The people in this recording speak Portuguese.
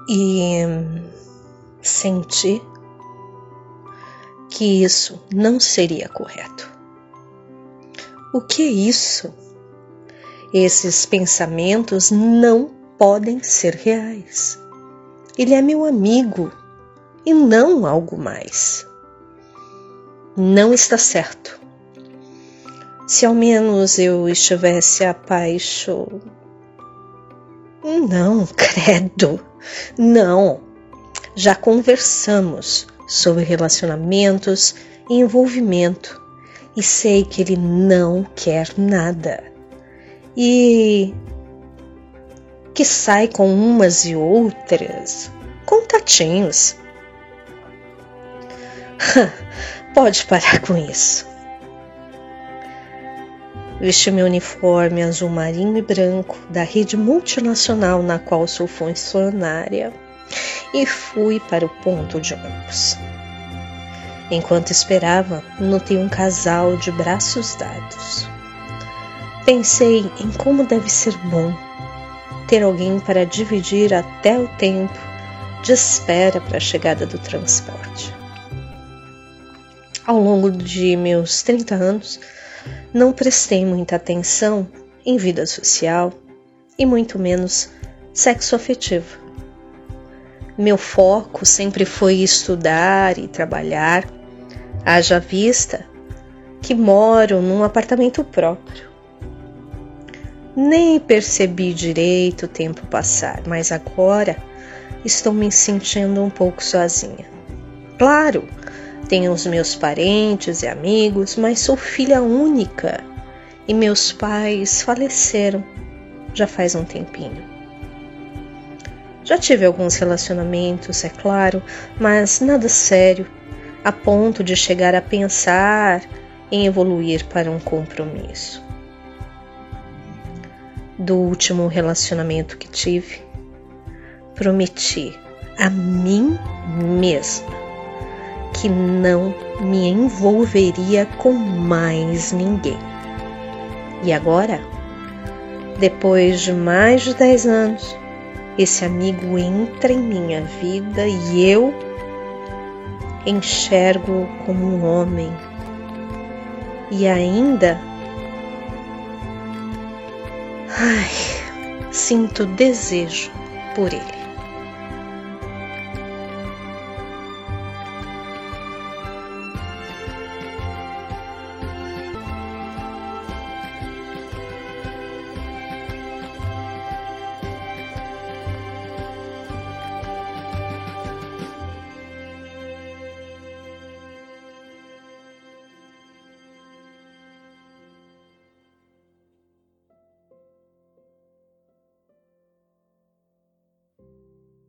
e senti que isso não seria correto. O que é isso? Esses pensamentos não podem ser reais. Ele é meu amigo e não algo mais. Não está certo. Se ao menos eu estivesse apaixonado. Não, credo, não. Já conversamos sobre relacionamentos e envolvimento e sei que ele não quer nada. E que sai com umas e outras, contatinhos. Pode parar com isso. Vesti meu uniforme azul marinho e branco da rede multinacional na qual sou funcionária e fui para o ponto de ônibus. Enquanto esperava, notei um casal de braços dados. Pensei em como deve ser bom ter alguém para dividir até o tempo de espera para a chegada do transporte. Ao longo de meus 30 anos, não prestei muita atenção em vida social e muito menos sexo afetivo. Meu foco sempre foi estudar e trabalhar, haja vista que moro num apartamento próprio. Nem percebi direito o tempo passar, mas agora estou me sentindo um pouco sozinha. Claro, tenho os meus parentes e amigos, mas sou filha única e meus pais faleceram já faz um tempinho. Já tive alguns relacionamentos, é claro, mas nada sério, a ponto de chegar a pensar em evoluir para um compromisso. Do último relacionamento que tive, prometi a mim mesma que não me envolveria com mais ninguém. E agora, depois de mais de 10 anos, esse amigo entra em minha vida e eu enxergo-o como um homem. E ainda sinto desejo por ele.